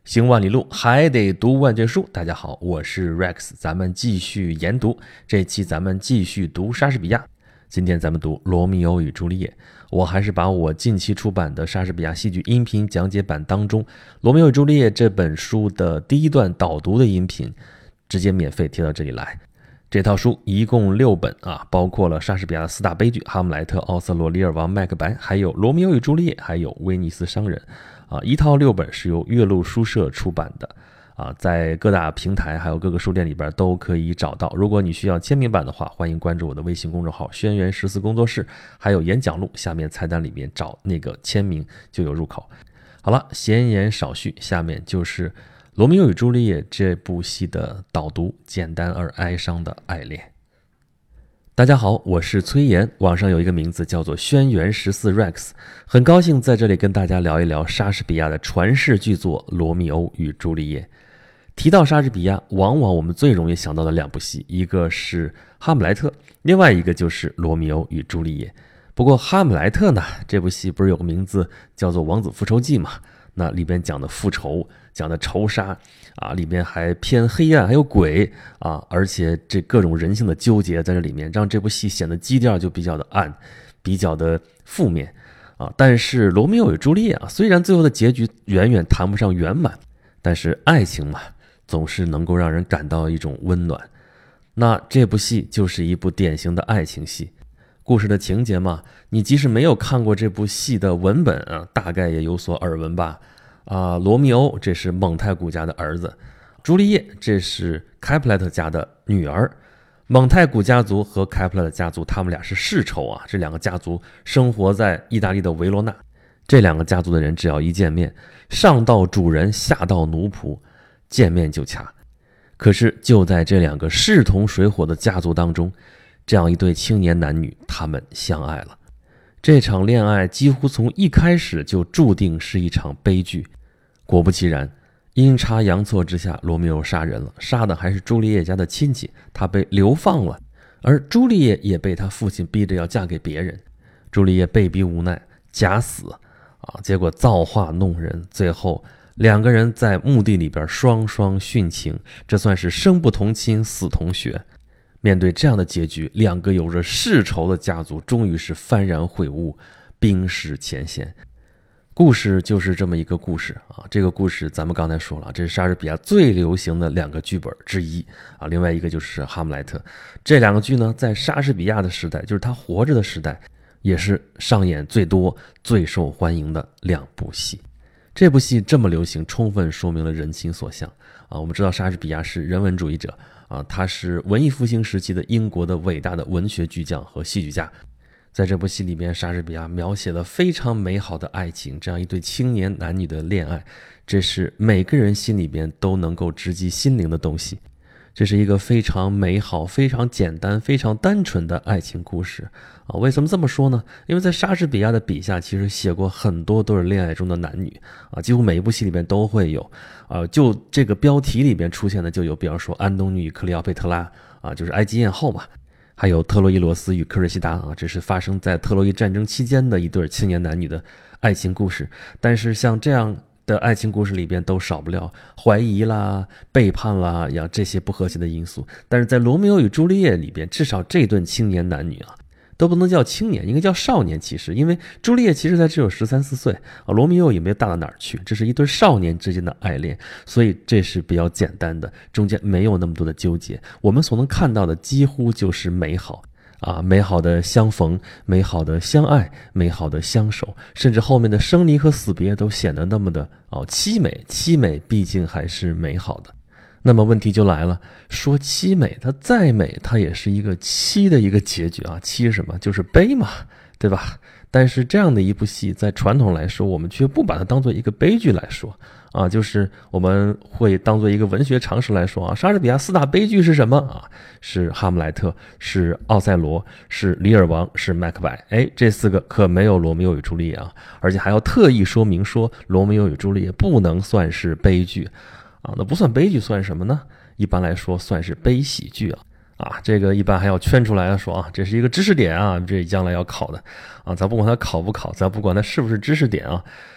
行万里路，还得读万卷书。大家好，我是 Rex， 咱们继续研读。这期咱们继续读莎士比亚，今天咱们读《罗密欧与朱丽叶》。我还是把我近期出版的莎士比亚戏剧音频讲解版当中《罗密欧与朱丽叶》这本书的第一段导读的音频，直接免费贴到这里来。这套书一共6本包括了莎士比亚的4大悲剧：哈姆莱特、奥瑟洛、李尔王、麦克白，还有罗密欧与朱丽叶，还有威尼斯商人。一套6本是由岳麓书社出版的在各大平台还有各个书店里边都可以找到。如果你需要签名版的话，欢迎关注我的微信公众号轩辕14工作室，还有演讲录下面菜单里面找那个签名就有入口。好了，闲言少叙，下面就是《罗密欧与朱丽叶》这部戏的导读，简单而哀伤的爱恋。大家好，我是崔岩，网上有一个名字叫做轩辕14 Rex， 很高兴在这里跟大家聊一聊莎士比亚的传世巨作《罗密欧与朱丽叶》。提到莎士比亚，往往我们最容易想到的2部戏，一个是哈姆莱特，另外一个就是罗密欧与朱丽叶。不过哈姆莱特呢，这部戏不是有个名字叫做《王子复仇记》吗？那里边讲的复仇，讲的仇杀里面还偏黑暗，还有鬼而且这各种人性的纠结在这里面，让这部戏显得基调就比较的暗，比较的负面但是罗密欧与朱丽叶虽然最后的结局远远谈不上圆满，但是爱情嘛，总是能够让人感到一种温暖。那这部戏就是一部典型的爱情戏。故事的情节嘛，你即使没有看过这部戏的文本大概也有所耳闻吧。罗密欧这是蒙太古家的儿子，朱丽叶这是开普莱特家的女儿。蒙太古家族和开普莱特家族他们俩是世仇这2个家族生活在意大利的维罗纳。这2个家族的人只要一见面，上到主人下到奴仆，见面就掐。可是就在这2个势同水火的家族当中，这样一对青年男女，他们相爱了。这场恋爱几乎从一开始就注定是一场悲剧。果不其然，阴差阳错之下，罗密欧杀人了，杀的还是朱丽叶家的亲戚，他被流放了，而朱丽叶也被他父亲逼着要嫁给别人。朱丽叶被逼无奈，假死结果造化弄人，最后2个人在墓地里边双双殉情，这算是生不同亲，死同穴。面对这样的结局，2个有着世仇的家族终于是幡然悔悟，冰释前嫌。故事就是这么一个故事这个故事咱们刚才说了，这是莎士比亚最流行的2个剧本之一另外一个就是哈姆莱特。这2个剧呢，在莎士比亚的时代，就是他活着的时代，也是上演最多最受欢迎的2部戏。这部戏这么流行，充分说明了人心所向我们知道莎士比亚是人文主义者他是文艺复兴时期的英国的伟大的文学巨匠和戏剧家。在这部戏里面，莎士比亚描写了非常美好的爱情，这样一对青年男女的恋爱，这是每个人心里边都能够直击心灵的东西。这是一个非常美好、非常简单、非常单纯的爱情故事为什么这么说呢？因为在莎士比亚的笔下，其实写过很多都是恋爱中的男女几乎每一部戏里边都会有就这个标题里边出现的就有，比方说安东尼与克利奥佩特拉就是埃及艳后嘛，还有特洛伊罗斯与科瑞西达这是发生在特洛伊战争期间的一对青年男女的爱情故事。但是像这样的爱情故事里边都少不了怀疑啦、背叛啦这些不和谐的因素。但是在罗密欧与朱丽叶里边，至少这对青年男女都不能叫青年，应该叫少年。其实因为朱丽叶其实才只有13、14岁罗密欧也没有大到哪儿去，这是一对少年之间的爱恋，所以这是比较简单的，中间没有那么多的纠结。我们所能看到的几乎就是美好美好的相逢，美好的相爱，美好的相守，甚至后面的生离和死别都显得那么的凄美。凄美毕竟还是美好的。那么问题就来了，说凄美，它再美，它也是一个凄的一个结局凄是什么？就是悲嘛，对吧？但是这样的一部戏，在传统来说，我们却不把它当做一个悲剧来说就是我们会当做一个文学常识来说莎士比亚4大悲剧是什么是哈姆莱特，是奥赛罗，是李尔王，是麦克白。这4个可没有罗密欧与朱丽叶而且还要特意说明说罗密欧与朱丽叶不能算是悲剧那不算悲剧算什么呢？一般来说算是悲喜剧这个一般还要圈出来说这是一个知识点这将来要考的咱不管它考不考，咱不管它是不是知识点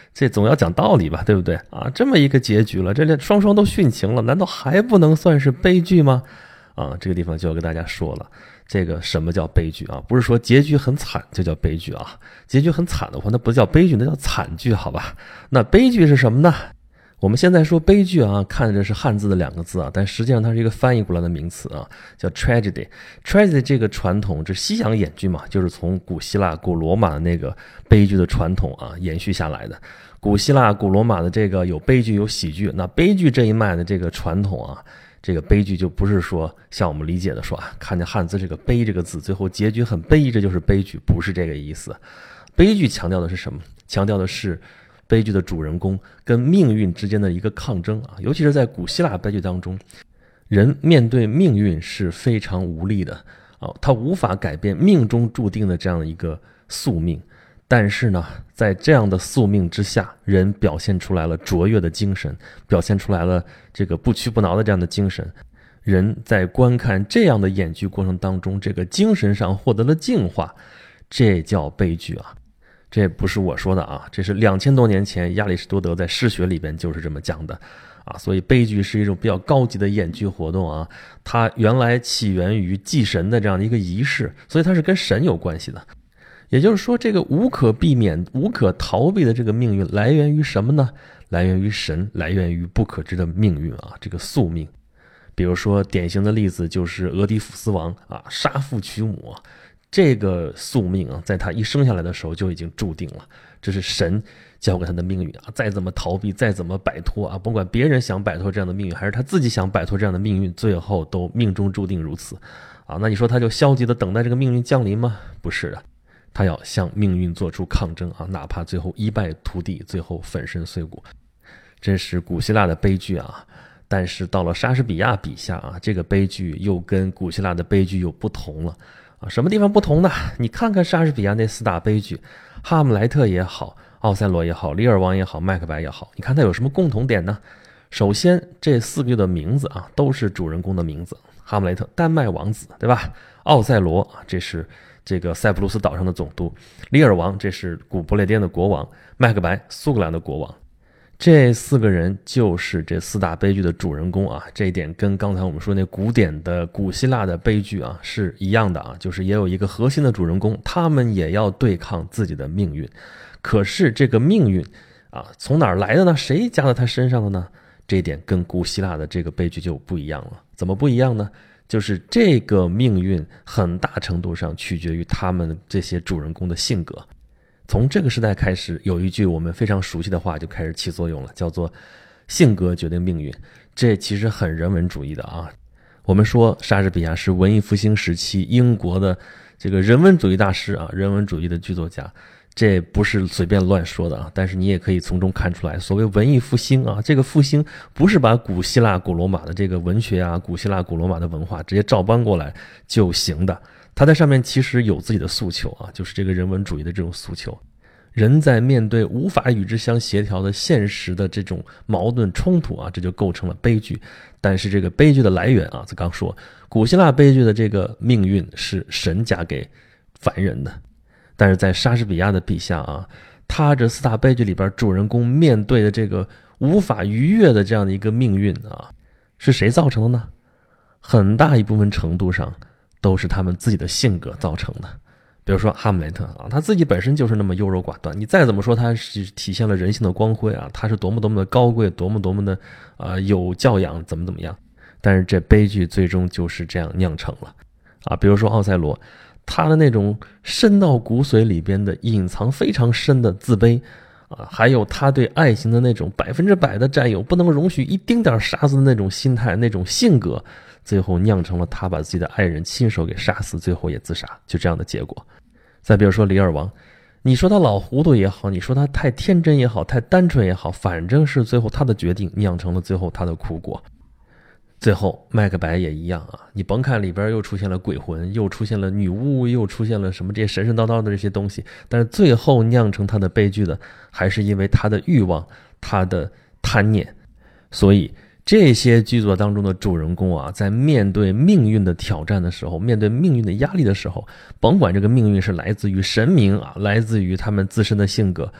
这总要讲道理吧，对不对啊？这么一个结局了，这双双都殉情了，难道还不能算是悲剧吗？啊，这个地方就要跟大家说了，这个什么叫悲剧啊？不是说结局很惨就叫悲剧啊，结局很惨的话，那不叫悲剧，那叫惨剧，好吧？那悲剧是什么呢？我们现在说悲剧啊，看着是汉字的2个字啊，但实际上它是一个翻译过来的名词啊，叫 tragedy。tragedy 这个传统，这西洋演剧嘛，就是从古希腊、古罗马的那个悲剧的传统啊延续下来的。古希腊、古罗马的这个有悲剧有喜剧，那悲剧这一脉的这个传统啊，这个悲剧就不是说像我们理解的说啊，看见汉字这个悲这个字，最后结局很悲，这就是悲剧，不是这个意思。悲剧强调的是什么？强调的是悲剧的主人公跟命运之间的一个抗争啊，尤其是在古希腊悲剧当中，人面对命运是非常无力的啊，他无法改变命中注定的这样的一个宿命。但是呢，在这样的宿命之下，人表现出来了卓越的精神，表现出来了这个不屈不挠的这样的精神。人在观看这样的演剧过程当中，这个精神上获得了净化，这叫悲剧啊。这不是我说的啊，这是2000多年前亚里士多德在诗学里边就是这么讲的啊。所以悲剧是一种比较高级的演剧活动啊，它原来起源于祭神的这样的一个仪式，所以它是跟神有关系的。也就是说，这个无可避免、无可逃避的这个命运来源于什么呢？来源于神，来源于不可知的命运啊，这个宿命。比如说典型的例子就是俄狄浦斯王啊，杀父娶母啊，这个宿命啊，在他一生下来的时候就已经注定了，这是神交给他的命运啊，再怎么逃避，再怎么摆脱啊，甭管别人想摆脱这样的命运，还是他自己想摆脱这样的命运，最后都命中注定如此啊。那你说他就消极的等待这个命运降临吗？不是的，他要向命运做出抗争啊，哪怕最后一败涂地，最后粉身碎骨。这是古希腊的悲剧啊。但是到了莎士比亚笔下啊，这个悲剧又跟古希腊的悲剧有不同了啊。什么地方不同呢？你看看莎士比亚那4大悲剧，哈姆莱特也好，奥赛罗也好，李尔王也好，麦克白也好，你看它有什么共同点呢？首先这4个剧的名字啊，都是主人公的名字。哈姆雷特，丹麦王子，对吧？奥赛罗啊，这是这个塞浦路斯岛上的总督。李尔王，这是古不列颠的国王。麦克白，苏格兰的国王。这4个人就是这4大悲剧的主人公啊，这一点跟刚才我们说那古典的古希腊的悲剧啊是一样的啊，就是也有一个核心的主人公，他们也要对抗自己的命运。可是这个命运啊，从哪儿来的呢？谁加在他身上的呢？这一点跟古希腊的这个悲剧就不一样了。怎么不一样呢？就是这个命运很大程度上取决于他们这些主人公的性格。从这个时代开始，有一句我们非常熟悉的话就开始起作用了，叫做性格决定命运。这其实很人文主义的啊。我们说莎士比亚是文艺复兴时期英国的这个人文主义大师啊，人文主义的剧作家，这不是随便乱说的啊。但是你也可以从中看出来，所谓文艺复兴啊，这个复兴不是把古希腊古罗马的这个文学啊，古希腊古罗马的文化直接照搬过来就行的，他在上面其实有自己的诉求啊，就是这个人文主义的这种诉求。人在面对无法与之相协调的现实的这种矛盾冲突啊，这就构成了悲剧。但是这个悲剧的来源啊，刚说古希腊悲剧的这个命运是神加给凡人的，但是在莎士比亚的笔下啊，他这4大悲剧里边主人公面对的这个无法逾越的这样的一个命运啊，是谁造成的呢？很大一部分程度上都是他们自己的性格造成的。比如说哈姆雷特啊，他自己本身就是那么优柔寡断，你再怎么说他是体现了人性的光辉啊，他是多么多么的高贵，多么多么的有教养，怎么样，但是这悲剧最终就是这样酿成了啊。比如说奥赛罗，他的那种深到骨髓里边的隐藏非常深的自卑啊，还有他对爱情的那种100%的占有，不能容许一丁点杀死的那种心态，那种性格，最后酿成了他把自己的爱人亲手给杀死，最后也自杀，就这样的结果。再比如说李尔王，你说他老糊涂也好，你说他太天真也好，太单纯也好，反正是最后他的决定酿成了最后他的苦果。最后麦克白也一样啊，你甭看里边又出现了鬼魂，又出现了女巫，又出现了什么这些神神叨叨的这些东西，但是最后酿成他的悲剧的还是因为他的欲望，他的贪念。所以这些剧作当中的主人公啊，在面对命运的挑战的时候，面对命运的压力的时候，甭管这个命运是来自于神明啊，来自于他们自身的性格，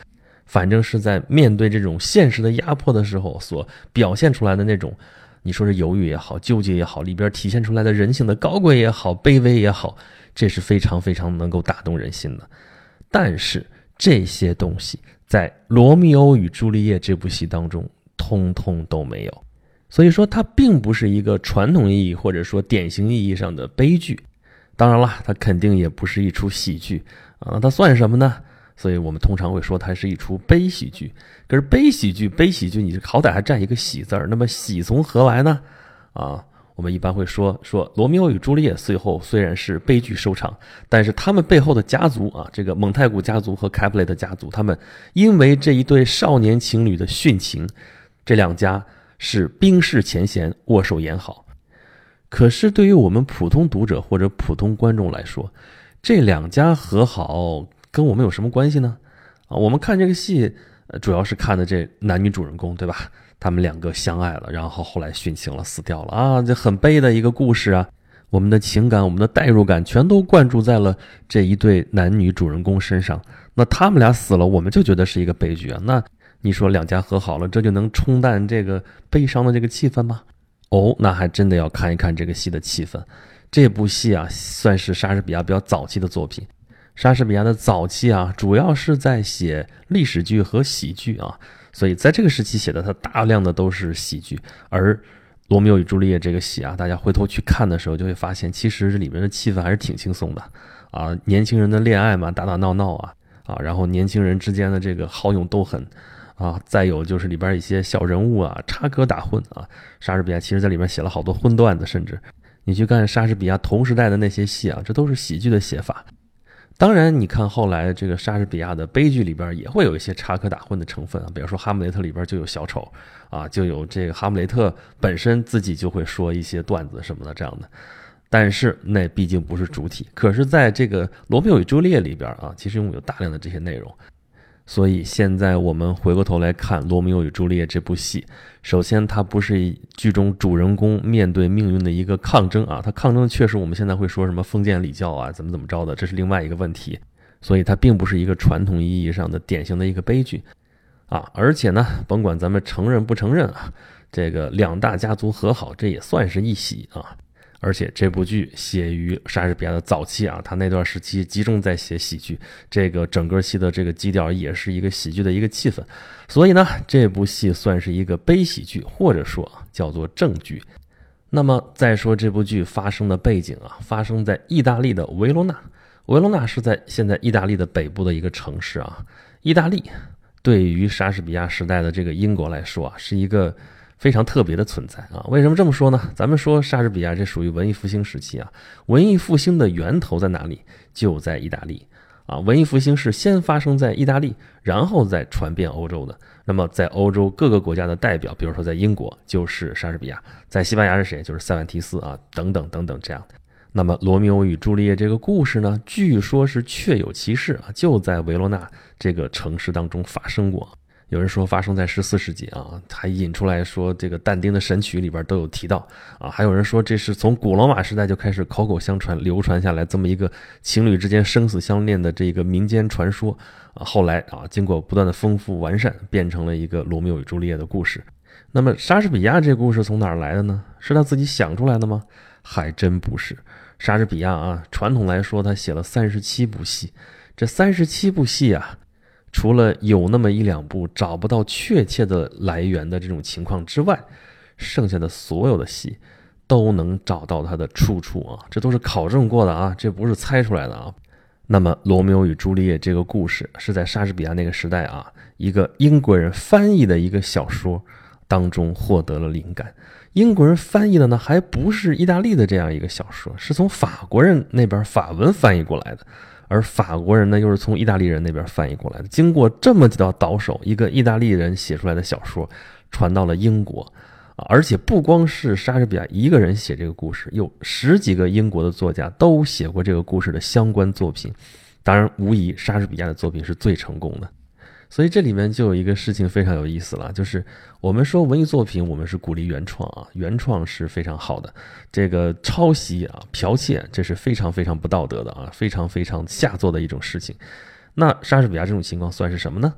反正是在面对这种现实的压迫的时候所表现出来的那种，你说是犹豫也好，纠结也好，里边体现出来的人性的高贵也好，卑微也好，这是非常非常能够打动人心的。但是这些东西在《罗密欧与朱丽叶》这部戏当中通通都没有，所以说它并不是一个传统意义或者说典型意义上的悲剧。当然了，它肯定也不是一出喜剧啊，它算什么呢？所以我们通常会说它是一出悲喜剧。可是悲喜剧你好歹还占一个喜字儿，那么喜从何来呢？我们一般会说罗密欧与朱丽叶最后虽然是悲剧收场，但是他们背后的家族啊，这个蒙太古家族和凯普雷特家族，他们因为这一对少年情侣的殉情，这两家是冰释前嫌，握手言好。可是对于我们普通读者或者普通观众来说，这两家和好跟我们有什么关系呢？我们看这个戏主要是看的这男女主人公，对吧？他们两个相爱了，然后后来殉情了，死掉了啊，这很悲的一个故事啊。我们的情感，我们的代入感全都灌注在了这一对男女主人公身上。那他们俩死了，我们就觉得是一个悲剧啊。那你说两家和好了，这就能冲淡这个悲伤的这个气氛吗？那还真的要看一看这个戏的气氛。这部戏啊，算是莎士比亚比较早期的作品。莎士比亚的早期啊，主要是在写历史剧和喜剧啊，所以在这个时期写的他大量的都是喜剧。而罗密欧与朱丽叶这个戏啊，大家回头去看的时候就会发现，其实里面的气氛还是挺轻松的啊，年轻人的恋爱嘛，打打闹闹啊，然后年轻人之间的这个好勇斗狠啊，再有就是里边一些小人物啊，插科打诨啊。莎士比亚其实在里面写了好多荤段子，甚至你去看莎士比亚同时代的那些戏啊，这都是喜剧的写法。当然你看后来这个莎士比亚的悲剧里边也会有一些插科打诨的成分啊，比如说哈姆雷特里边就有小丑啊，就有这个哈姆雷特本身自己就会说一些段子什么的这样的，但是那毕竟不是主体。可是在这个罗密欧与朱丽叶里边啊，其实拥有大量的这些内容。所以现在我们回过头来看《罗密欧与朱丽叶》这部戏，首先它不是剧中主人公面对命运的一个抗争啊，它抗争的确实我们现在会说什么封建礼教啊，怎么着的，这是另外一个问题。所以它并不是一个传统意义上的典型的一个悲剧啊，而且呢，甭管咱们承认不承认啊，这个两大家族和好，这也算是一喜啊。而且这部剧写于莎士比亚的早期啊，他那段时期集中在写喜剧，这个整个戏的这个基调也是一个喜剧的一个气氛，所以呢，这部戏算是一个悲喜剧，或者说叫做正剧。那么再说这部剧发生的背景啊，发生在意大利的维罗纳。维罗纳是在现在意大利的北部的一个城市啊。意大利对于莎士比亚时代的这个英国来说啊，是一个非常特别的存在啊！为什么这么说呢？咱们说莎士比亚这属于文艺复兴时期啊，文艺复兴的源头在哪里？就在意大利啊！文艺复兴是先发生在意大利，然后再传遍欧洲的。那么在欧洲各个国家的代表，比如说在英国就是莎士比亚，在西班牙是谁？就是塞万提斯啊，等等等等这样的。那么罗密欧与朱丽叶这个故事呢，据说是确有其事啊，就在维罗纳这个城市当中发生过。有人说发生在14世纪啊，还引出来说这个但丁的神曲里边都有提到啊，还有人说这是从古罗马时代就开始口口相传流传下来这么一个情侣之间生死相恋的这个民间传说啊，后来啊经过不断的丰富完善，变成了一个罗密欧与朱丽叶的故事。那么莎士比亚这故事从哪儿来的呢？是他自己想出来的吗？还真不是。莎士比亚啊，传统来说他写了37部戏，这37部戏啊，除了有那么一两部找不到确切的来源的这种情况之外，剩下的所有的戏都能找到它的出处啊，这都是考证过的啊，这不是猜出来的啊。那么罗密欧与朱丽叶这个故事是在莎士比亚那个时代啊，一个英国人翻译的一个小说当中获得了灵感。英国人翻译的呢，还不是意大利的这样一个小说，是从法国人那边法文翻译过来的。而法国人呢，又是从意大利人那边翻译过来的。经过这么几道倒手，一个意大利人写出来的小说传到了英国啊！而且不光是莎士比亚一个人写这个故事，有10几个英国的作家都写过这个故事的相关作品。当然，无疑莎士比亚的作品是最成功的。所以这里面就有一个事情非常有意思了，就是我们说文艺作品，我们是鼓励原创啊，原创是非常好的。这个抄袭啊、剽窃，这是非常非常不道德的啊，非常非常下作的一种事情。那莎士比亚这种情况算是什么呢？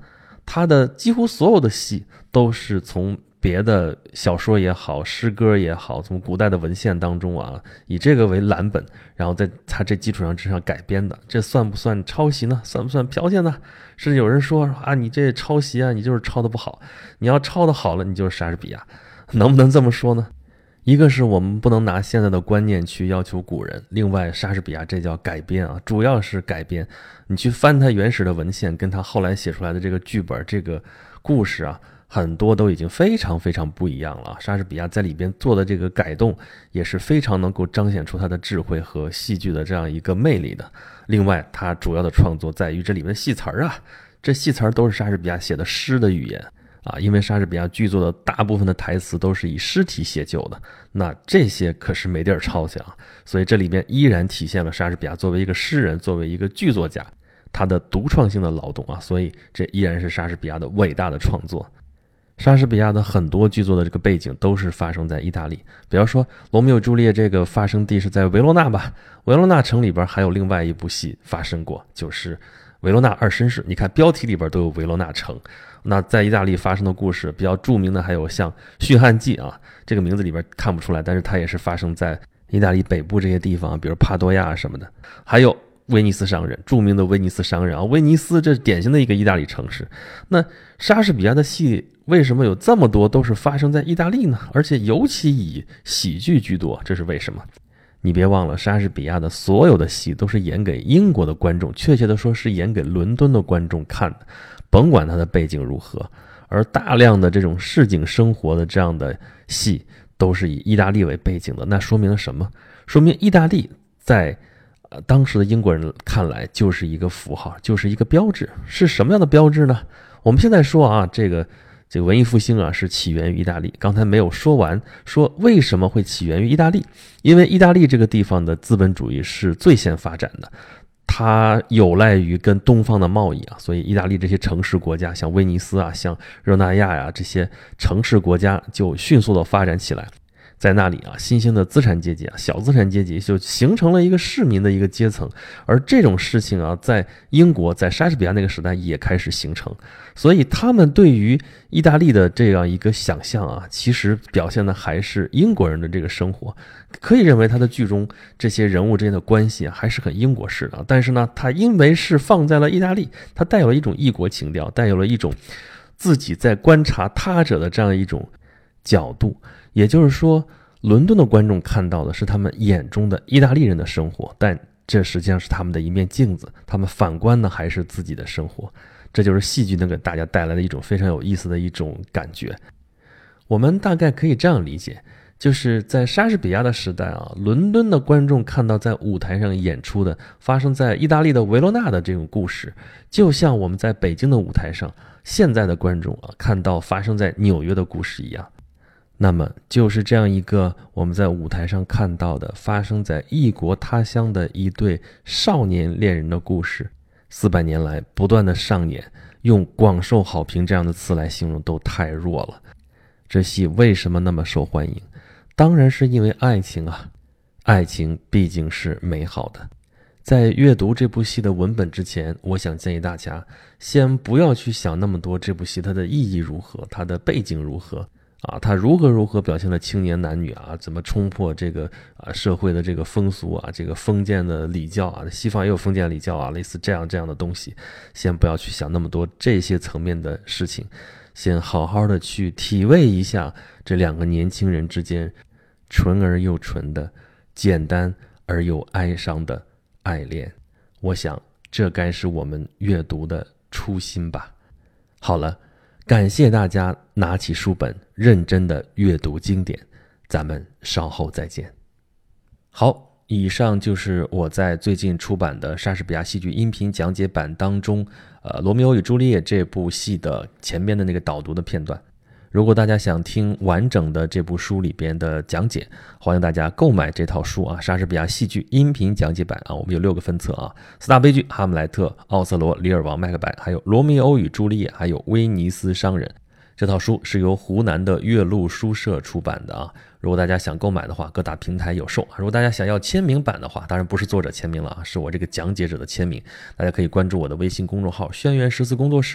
他的几乎所有的戏都是从别的小说也好，诗歌也好，从古代的文献当中啊，以这个为蓝本，然后在他这基础上改编的，这算不算抄袭呢？算不算剽窃呢？甚至有人说啊，你这抄袭啊，你就是抄的不好，你要抄的好了，你就是莎士比亚，能不能这么说呢？一个是我们不能拿现在的观念去要求古人，另外莎士比亚这叫改编啊，主要是改编。你去翻他原始的文献，跟他后来写出来的这个剧本、这个故事啊，很多都已经非常非常不一样了。莎士比亚在里边做的这个改动，也是非常能够彰显出他的智慧和戏剧的这样一个魅力的。另外，他主要的创作在于这里面的戏词啊，这戏词都是莎士比亚写的诗的语言。因为莎士比亚剧作的大部分的台词都是以诗体写就的，那这些可是没地儿抄去啊，所以这里边依然体现了莎士比亚作为一个诗人，作为一个剧作家，他的独创性的劳动啊，所以这依然是莎士比亚的伟大的创作。莎士比亚的很多剧作的这个背景都是发生在意大利，比方说《罗密欧与朱丽叶》这个发生地是在维罗纳吧，维罗纳城里边还有另外一部戏发生过，就是维罗纳二绅士，你看标题里边都有维罗纳城。那在意大利发生的故事比较著名的还有像《驯悍记》啊，这个名字里边看不出来，但是它也是发生在意大利北部这些地方，比如帕多亚什么的。还有威尼斯商人，著名的威尼斯商人啊，威尼斯这是典型的一个意大利城市。那莎士比亚的戏为什么有这么多都是发生在意大利呢？而且尤其以喜剧居多，这是为什么？你别忘了，莎士比亚的所有的戏都是演给英国的观众，确切的说是演给伦敦的观众看的，甭管他的背景如何。而大量的这种市井生活的这样的戏都是以意大利为背景的，那说明了什么？说明意大利在当时的英国人看来就是一个符号，就是一个标志。是什么样的标志呢？我们现在说啊，这个文艺复兴啊是起源于意大利，刚才没有说完，说为什么会起源于意大利？因为意大利这个地方的资本主义是最先发展的，它有赖于跟东方的贸易啊，所以意大利这些城市国家，像威尼斯啊，像热那亚呀，这些城市国家就迅速的发展起来。在那里啊，新兴的资产阶级啊，小资产阶级就形成了一个市民的一个阶层，而这种事情啊，在英国，在莎士比亚那个时代也开始形成，所以他们对于意大利的这样一个想象啊，其实表现的还是英国人的这个生活，可以认为他的剧中这些人物之间的关系啊，还是很英国式的，但是呢，他因为是放在了意大利，他带有了一种异国情调，带有了一种自己在观察他者的这样一种角度。也就是说，伦敦的观众看到的是他们眼中的意大利人的生活，但这实际上是他们的一面镜子，他们反观的还是自己的生活。这就是戏剧能给大家带来的一种非常有意思的一种感觉。我们大概可以这样理解，就是在莎士比亚的时代啊，伦敦的观众看到在舞台上演出的发生在意大利的维罗纳的这种故事，就像我们在北京的舞台上现在的观众啊看到发生在纽约的故事一样。那么就是这样一个我们在舞台上看到的发生在异国他乡的一对少年恋人的故事，400年来不断的上演，用广受好评这样的词来形容都太弱了。这戏为什么那么受欢迎？当然是因为爱情啊，爱情毕竟是美好的。在阅读这部戏的文本之前，我想建议大家先不要去想那么多这部戏它的意义如何，它的背景如何啊，他如何表现了青年男女啊，怎么冲破这个社会的这个风俗啊，这个封建的礼教啊，西方也有封建礼教啊，类似这样的东西，先不要去想那么多这些层面的事情，先好好的去体味一下这两个年轻人之间纯而又纯的、简单而又哀伤的爱恋。我想这该是我们阅读的初心吧。好了，感谢大家拿起书本认真的阅读经典，咱们稍后再见。好，以上就是我在最近出版的莎士比亚戏剧音频讲解版当中罗密欧与朱丽叶这部戏的前面的那个导读的片段。如果大家想听完整的这部书里边的讲解，欢迎大家购买这套书啊，莎士比亚戏剧音频讲解版啊，我们有6个分册啊，4大悲剧、哈姆莱特、奥瑟罗、李尔王、麦克白，还有罗密欧与朱丽叶，还有威尼斯商人。这套书是由湖南的岳麓书社出版的啊，如果大家想购买的话，各大平台有售。如果大家想要签名版的话，当然不是作者签名了啊，是我这个讲解者的签名，大家可以关注我的微信公众号轩辕14工作室，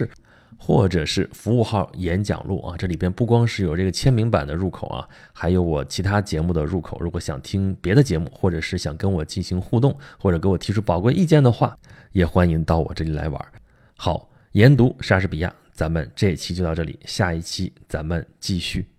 或者是服务号演讲录啊，这里边不光是有这个签名版的入口啊，还有我其他节目的入口。如果想听别的节目，或者是想跟我进行互动，或者给我提出宝贵意见的话，也欢迎到我这里来玩。好，研读莎士比亚，咱们这期就到这里，下一期咱们继续。